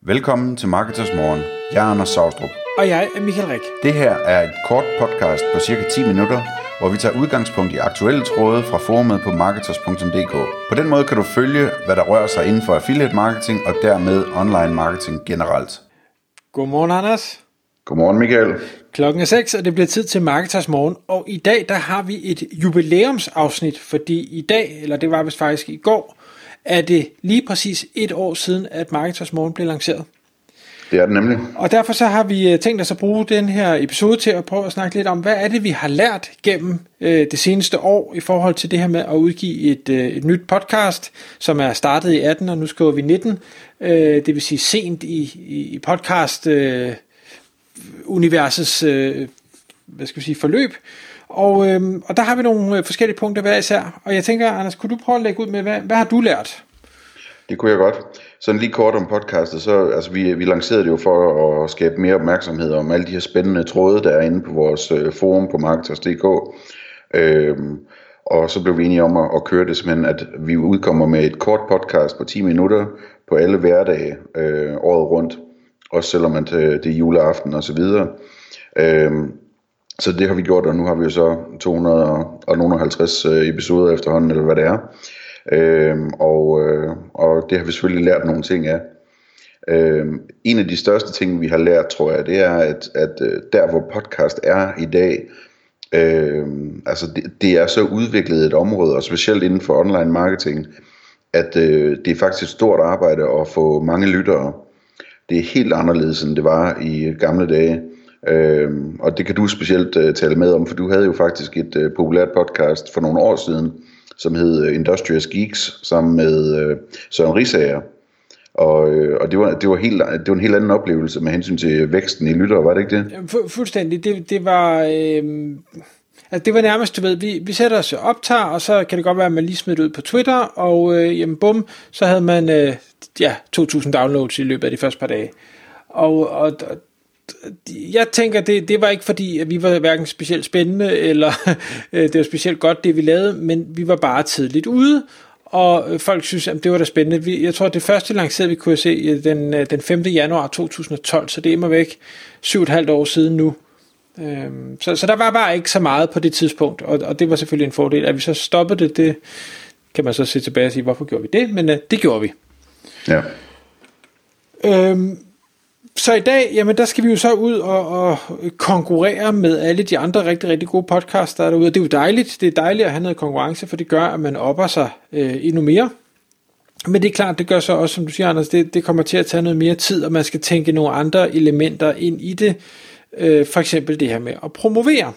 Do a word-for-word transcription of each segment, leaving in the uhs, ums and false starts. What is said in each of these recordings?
Velkommen til Marketers Morgen. Jeg er Anders Saustrup. Og jeg er Michael Rik. Det her er et kort podcast på cirka ti minutter, hvor vi tager udgangspunkt i aktuelle tråde fra forumet på marketers punktum d k. På den måde kan du følge, hvad der rører sig inden for affiliate marketing og dermed online marketing generelt. Godmorgen, Anders. Godmorgen, Michael. Klokken er seks, og det bliver tid til Marketers Morgen. Og i dag, der har vi et jubilæumsafsnit, fordi i dag, eller det var vist faktisk i går, er det lige præcis et år siden, at Marketers Morgen blev lanceret. Det er det nemlig. Og derfor så har vi tænkt os at bruge den her episode til at prøve at snakke lidt om, hvad er det, vi har lært gennem øh, det seneste år i forhold til det her med at udgive et, øh, et nyt podcast, som er startet i atten, og nu skriver vi nitten. Øh, det vil sige sent i, i, i podcast øh, universets øh, hvad skal vi sige, forløb. Og, øh, og der har vi nogle forskellige punkter hver især. Og jeg tænker, Anders, kunne du prøve at lægge ud med, hvad, hvad har du lært? Det kunne jeg godt. Sådan lige kort om podcastet, så altså vi, vi lancerede det jo for at skabe mere opmærksomhed om alle de her spændende tråde, der er inde på vores øh, forum på marketers punktum d k. Øhm, og så blev vi enige om at, at køre det simpelthen, at vi udkommer med et kort podcast på ti minutter på alle hverdage øh, året rundt. Også selvom at, øh, det er juleaften og så videre. Øhm, så det har vi gjort, og nu har vi jo så to hundrede og halvtreds øh, episoder efterhånden, eller hvad det er. Øhm, og, øh, og det har vi selvfølgelig lært nogle ting af. Øhm, en af de største ting vi har lært, tror jeg, det er at, at der hvor podcast er i dag, øhm, altså det, det er så udviklet et område, og specielt inden for online marketing, at øh, det er faktisk et stort arbejde at få mange lyttere. Det er helt anderledes end det var i gamle dage. Øhm, og det kan du specielt øh, tale med om, for du havde jo faktisk et øh, populært podcast for nogle år siden, som hed Industrious Geeks, sammen med øh, Søren Risager. Og, øh, og det, var, det, var helt, det var en helt anden oplevelse med hensyn til væksten i lyttere, var det ikke det? Fu- fuldstændig. Det, det var... Øh... Altså det var nærmest, du ved, vi, vi sætter os og optager, og så kan det godt være, at man lige smider det ud på Twitter, og øh, jamen bum, så havde man øh, ja, to tusind downloads i løbet af de første par dage. Og, og, og jeg tænker, det, det var ikke fordi, at vi var hverken specielt spændende, eller det var specielt godt, det vi lavede, men vi var bare tidligt ude, og folk synes, at det var da spændende. Vi, jeg tror, det første lancerede vi kunne se den, den femte januar to tusind og tolv, så det er mig væk syv og et halvt år siden nu. Så, så der var bare ikke så meget på det tidspunkt, og, og det var selvfølgelig en fordel. At vi så stoppede det, det kan man så se tilbage og sige, hvorfor gjorde vi det, men uh, det gjorde vi. Ja. Øhm, så i dag, jamen der skal vi jo så ud og, og konkurrere med alle de andre rigtig, rigtig gode podcasts, der er derude. Og det er jo dejligt, det er dejligt at have noget konkurrence, for det gør, at man opper sig øh, endnu mere. Men det er klart, det gør så også, som du siger, Anders, det, det kommer til at tage noget mere tid, og man skal tænke nogle andre elementer ind i det. Øh, for eksempel det her med at promovere.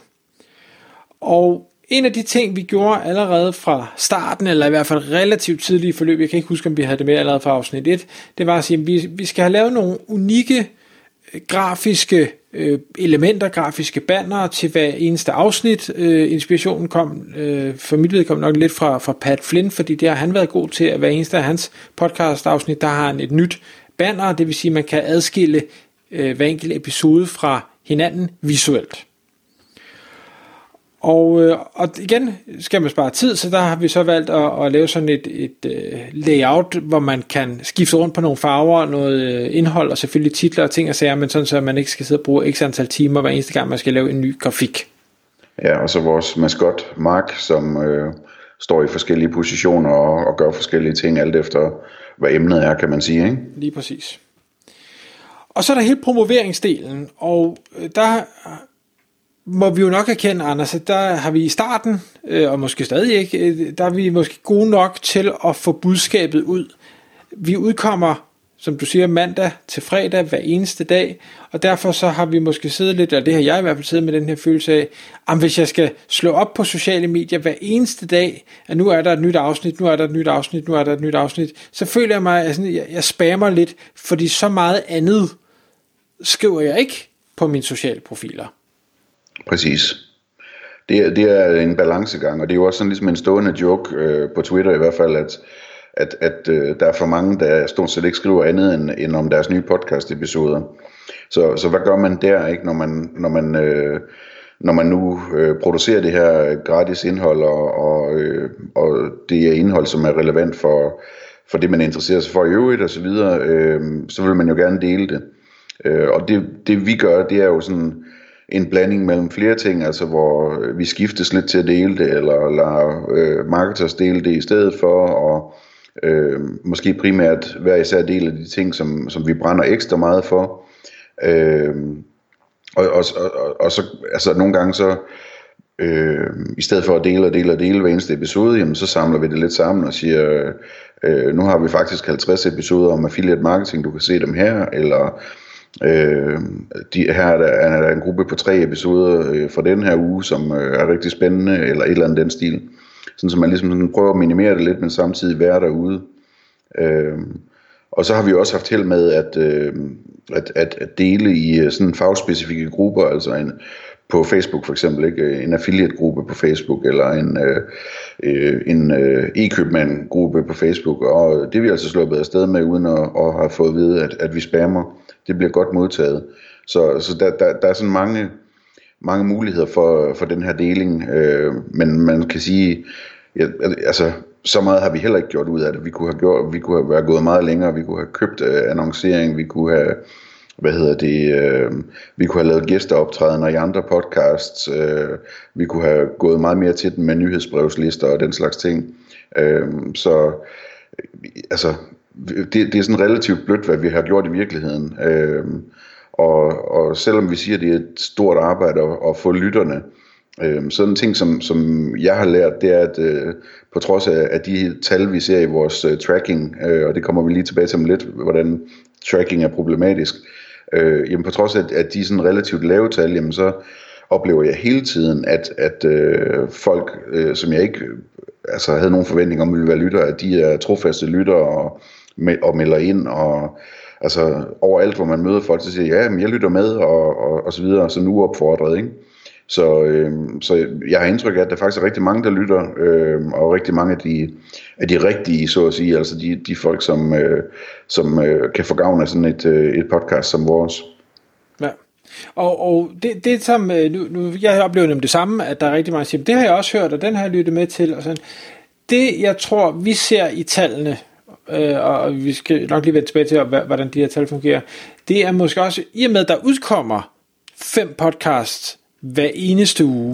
Og en af de ting, vi gjorde allerede fra starten, eller i hvert fald relativt tidligt i forløb, jeg kan ikke huske, om vi havde det med allerede fra afsnit et, det var at sige, at vi, vi skal have lavet nogle unikke grafiske øh, elementer, grafiske bannere til hver eneste afsnit. Øh, inspirationen kom, øh, for mit vedkommende nok lidt fra, fra Pat Flynn, fordi det har han været god til, at hver eneste af hans podcast afsnit, der har han et nyt banner, det vil sige, at man kan adskille øh, hver enkelt episode fra hinanden visuelt. Og, øh, og igen skal man spare tid, så der har vi så valgt at, at lave sådan et, et uh, layout, hvor man kan skifte rundt på nogle farver, noget uh, indhold og selvfølgelig titler og ting og sager, men sådan så man ikke skal sidde og bruge x antal timer hver eneste gang man skal lave en ny grafik. Ja, og så vores maskot Mark, som øh, står i forskellige positioner og, og gør forskellige ting alt efter hvad emnet er, kan man sige, ikke? Lige præcis. Og så er der hele promoveringsdelen, og der må vi jo nok erkende, Anders, at der har vi i starten, og måske stadig ikke, der er vi måske gode nok til at få budskabet ud. Vi udkommer, som du siger, mandag til fredag hver eneste dag, og derfor så har vi måske siddet lidt, eller det har jeg i hvert fald siddet med den her følelse af, at hvis jeg skal slå op på sociale medier hver eneste dag, at nu er der et nyt afsnit, nu er der et nyt afsnit, nu er der et nyt afsnit, så føler jeg mig, at jeg, jeg spammer lidt, fordi så meget andet skriver jeg ikke på mine sociale profiler. Præcis. Det er, det er en balancegang, og det er jo også sådan ligesom en stående joke øh, på Twitter i hvert fald, at, at, at øh, der er for mange, der stort set ikke skriver andet end, end om deres nye podcast episoder. Så, så hvad gør man der, ikke, når man, når man, øh, når man nu øh, producerer det her gratis indhold, og, og, øh, og det er indhold, som er relevant for, for det, man interesserer sig for i øvrigt og så videre, øh, så vil man jo gerne dele det. Øh, og det, det vi gør, det er jo sådan en blanding mellem flere ting, altså hvor vi skiftes lidt til at dele det, eller lader øh, marketers dele det i stedet for, og øh, måske primært hver især del af de ting, som, som vi brænder ekstra meget for. Øh, og, og, og, og så, altså nogle gange så, øh, i stedet for at dele og dele og dele hver eneste episode, jamen så samler vi det lidt sammen og siger, øh, nu har vi faktisk halvtreds episoder om affiliate marketing, du kan se dem her, eller Øh, de, her er der, er der en gruppe på tre episoder øh, fra den her uge, som øh, er rigtig spændende, eller et eller andet den stil, sådan så man ligesom sådan prøver at minimere det lidt, men samtidig være derude. øh, og så har vi også haft held med at, øh, at, at, at dele i sådan fagspecifikke grupper, altså en, på Facebook for eksempel, ikke? En affiliate gruppe på Facebook, eller en, øh, en øh, e-købmand gruppe på Facebook, og det er vi altså sluppet afsted med, uden at, at have fået at vide, at, at vi spammer. Det bliver godt modtaget. Så, så der, der, der er sådan mange, mange muligheder for, for den her deling, øh, men man kan sige, ja, altså så meget har vi heller ikke gjort ud af det. Vi kunne have gjort, vi kunne have været gået meget længere, vi kunne have købt øh, annoncering, vi kunne have, hvad hedder det, øh, vi kunne have lavet gæsteoptrædener i andre podcasts, øh, vi kunne have gået meget mere til den med nyhedsbrevslister og den slags ting. Øh, så altså Det, det er sådan relativt blødt, hvad vi har gjort i virkeligheden. Øhm, og, og selvom vi siger, at det er et stort arbejde at, at få lytterne, øhm, så en ting, som, som jeg har lært, det er, at øh, på trods af, af de tal, vi ser i vores øh, tracking, øh, og det kommer vi lige tilbage til om lidt, hvordan tracking er problematisk, øh, jamen på trods af, at de er sådan relativt lave tal, jamen så oplever jeg hele tiden, at, at øh, folk, øh, som jeg ikke altså, havde nogen forventning om, ville være lyttere, at de er trofaste lyttere og og melder ind, og altså overalt, hvor man møder folk, så siger ja, men jeg lytter med, og, og, og så videre, så nu opfordret, ikke? Så, øh, så jeg har indtryk af, at der faktisk er rigtig mange, der lytter, øh, og rigtig mange af de, af de rigtige, så at sige, altså de, de folk, som, øh, som øh, kan få gavn af sådan et, øh, et podcast som vores. Ja, og, og det, det som, nu, nu, jeg oplever nemlig det samme, at der er rigtig mange, der siger, det har jeg også hørt, og den har jeg lyttet med til, og sådan. Det, jeg tror, vi ser i tallene, og vi skal nok lige vende tilbage til, hvordan de her tal fungerer, det er måske også, i og med at der udkommer fem podcasts hver eneste uge,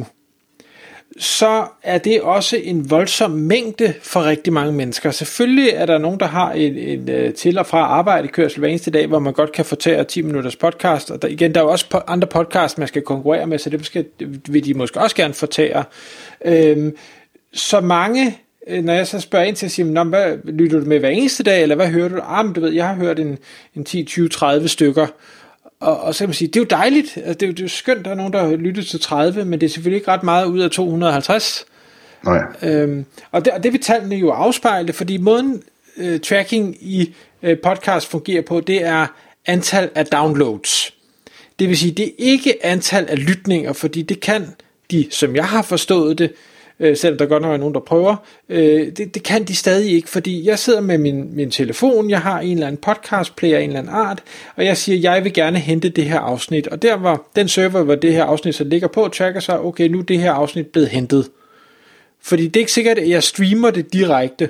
så er det også en voldsom mængde for rigtig mange mennesker. Selvfølgelig er der nogen, der har en, en til og fra arbejdekørsel hver eneste dag, hvor man godt kan få tage ti minutters podcast, og der, igen, der er jo også andre podcasts, man skal konkurrere med, så det skal, vil de måske også gerne få tage. Øhm, så mange, når jeg så spørger ind til at sige, hvad lytter du med hver eneste dag, eller hvad hører du? Ah, men du ved, jeg har hørt en, en ti, tyve, tredive stykker, og, og så kan man sige, det er jo dejligt, altså, det, er jo, det er jo skønt, der er nogen, der har lyttet til tredive, men det er selvfølgelig ikke ret meget ud af to hundrede og halvtreds. Nej. Øhm, og, det, og det vil tallene jo afspejle, fordi måden øh, tracking i øh, podcast fungerer på, det er antal af downloads. Det vil sige, det er ikke antal af lytninger, fordi det kan de, som jeg har forstået det, Øh, selvom der godt nok er nogen, der prøver, øh, det, det kan de stadig ikke, fordi jeg sidder med min, min telefon, jeg har en eller anden podcast player, en eller anden art, og jeg siger, jeg vil gerne hente det her afsnit, og der var den server, hvor det her afsnit så ligger på, tracker sig, okay, nu er det her afsnit blevet hentet. Fordi det er ikke sikkert, at jeg streamer det direkte.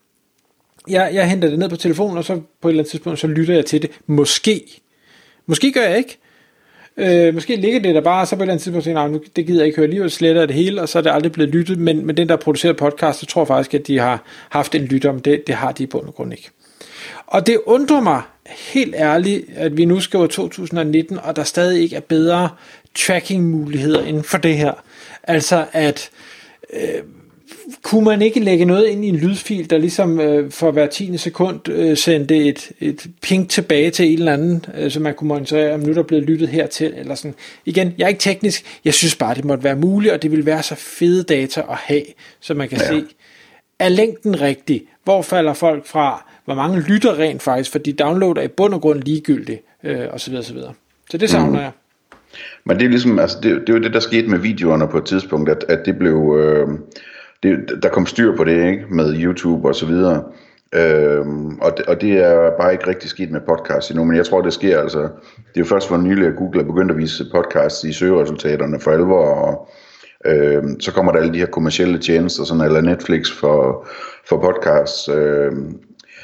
Jeg, jeg henter det ned på telefonen, og så på et eller andet tidspunkt, så lytter jeg til det. Måske. Måske gør jeg ikke. Øh, måske ligger det der bare, så på et eller andet tidspunkt siger, nej, det gider jeg ikke høre lige, og sletter det hele, og så er det aldrig blevet lyttet, men, men den der producerer podcast, så tror jeg faktisk, at de har haft en lytter, men det, det har de i bund og grund ikke. Og det undrer mig helt ærligt, at vi nu skriver to tusind nitten, og der stadig ikke er bedre tracking muligheder inden for det her. Altså at øh, kunne man ikke lægge noget ind i en lydfil, der ligesom øh, for hver tiende sekund øh, sendte et, et ping tilbage til en eller anden, øh, så man kunne monitorere, om nu der er blevet lyttet hertil, eller sådan. Igen, jeg er ikke teknisk, jeg synes bare, det måtte være muligt, og det ville være så fede data at have, så man kan ja. se, er længden rigtig? Hvor falder folk fra? Hvor mange lytter rent faktisk? For de downloader i bund og grund ligegyldigt, øh, og så videre, så videre. Så det savner mm. jeg. Men det er ligesom, altså det, det er jo det, der skete med videoerne på et tidspunkt, at, at det blev... Øh Det, der kom styr på det, ikke? Med YouTube og så videre, øhm, og, det, og det er bare ikke rigtig sket med podcasts endnu, men jeg tror det sker altså, det er jo først for nylig at Google er begyndt at vise podcasts i søgeresultaterne for alvor, og øhm, så kommer der alle de her kommercielle tjenester, sådan, eller Netflix for, for podcasts, øhm,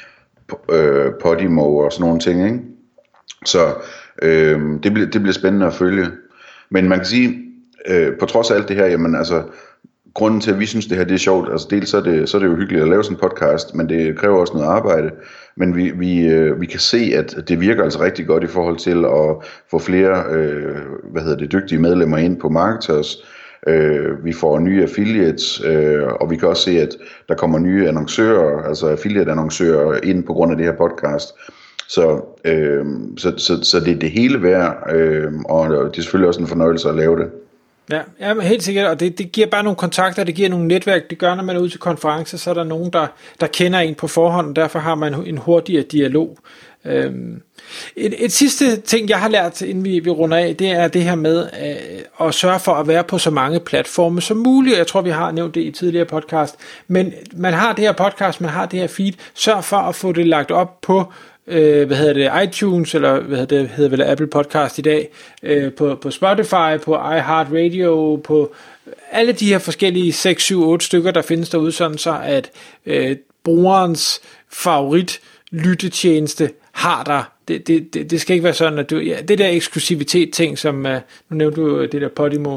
øh, Podimo og sådan nogle ting, ikke? Så øh, det, bliver, det bliver spændende at følge. Men man kan sige, øh, på trods af alt det her, jamen altså, grunden til, at vi synes, det her det er sjovt, altså dels så er det, så er det jo hyggeligt at lave sådan en podcast, men det kræver også noget arbejde. Men vi, vi, øh, vi kan se, at det virker altså rigtig godt i forhold til at få flere øh, hvad hedder det, dygtige medlemmer ind på Marketers. Øh, vi får nye affiliates, øh, og vi kan også se, at der kommer nye annoncører, altså affiliate-annoncører ind på grund af det her podcast. Så, øh, så, så, så det er det hele værd, øh, og det er selvfølgelig også en fornøjelse at lave det. Ja, ja, helt sikkert, og det, det giver bare nogle kontakter, det giver nogle netværk, det gør, når man er ude til konferencer, så er der nogen, der, der kender en på forhånd, og derfor har man en hurtigere dialog. Øhm, et, et sidste ting, jeg har lært, inden vi, vi runder af, det er det her med øh, at sørge for at være på så mange platforme som muligt. Jeg tror, vi har nævnt det i tidligere podcast, men man har det her podcast, man har det her feed, sørg for at få det lagt op på Øh, hvad hedder det, iTunes, eller hvad hedder det, hedder vel Apple Podcast i dag, øh, på, på Spotify, på iHeartRadio, på alle de her forskellige seks, syv, otte stykker, der findes derude, sådan så at øh, brugerens favorit lyttetjeneste har der. Det, det, det, det skal ikke være sådan, at du, ja, det der eksklusivitet ting, som, uh, nu nævnte du det der Podimo,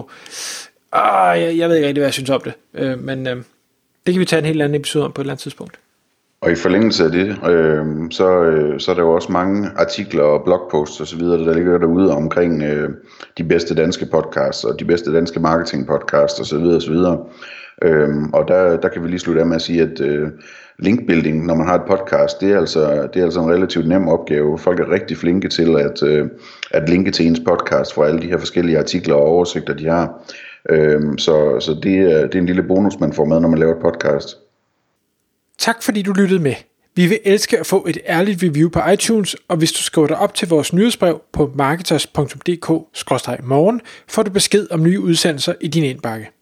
ah, jeg, jeg ved ikke rigtig, hvad jeg synes om det, øh, men øh, det kan vi tage en helt anden episode om på et eller andet tidspunkt. Og i forlængelse af det, øh, så, øh, så er der jo også mange artikler og blogposts og så videre, der ligger derude omkring øh, de bedste danske podcasts og de bedste danske marketingpodcasts og så videre og så videre. Øh, og der, der kan vi lige slutte af med at sige, at øh, linkbuilding, når man har et podcast, det er altså, det er altså en relativt nem opgave. Folk er rigtig flinke til at, øh, at linke til ens podcast fra alle de her forskellige artikler og oversigter, de har. Øh, så så det, er, det er en lille bonus, man får med, når man laver et podcast. Tak fordi du lyttede med. Vi vil elske at få et ærligt review på iTunes, og hvis du skriver dig op til vores nyhedsbrev på marketers punktum d k skråstreg morgen, får du besked om nye udsendelser i din indbakke.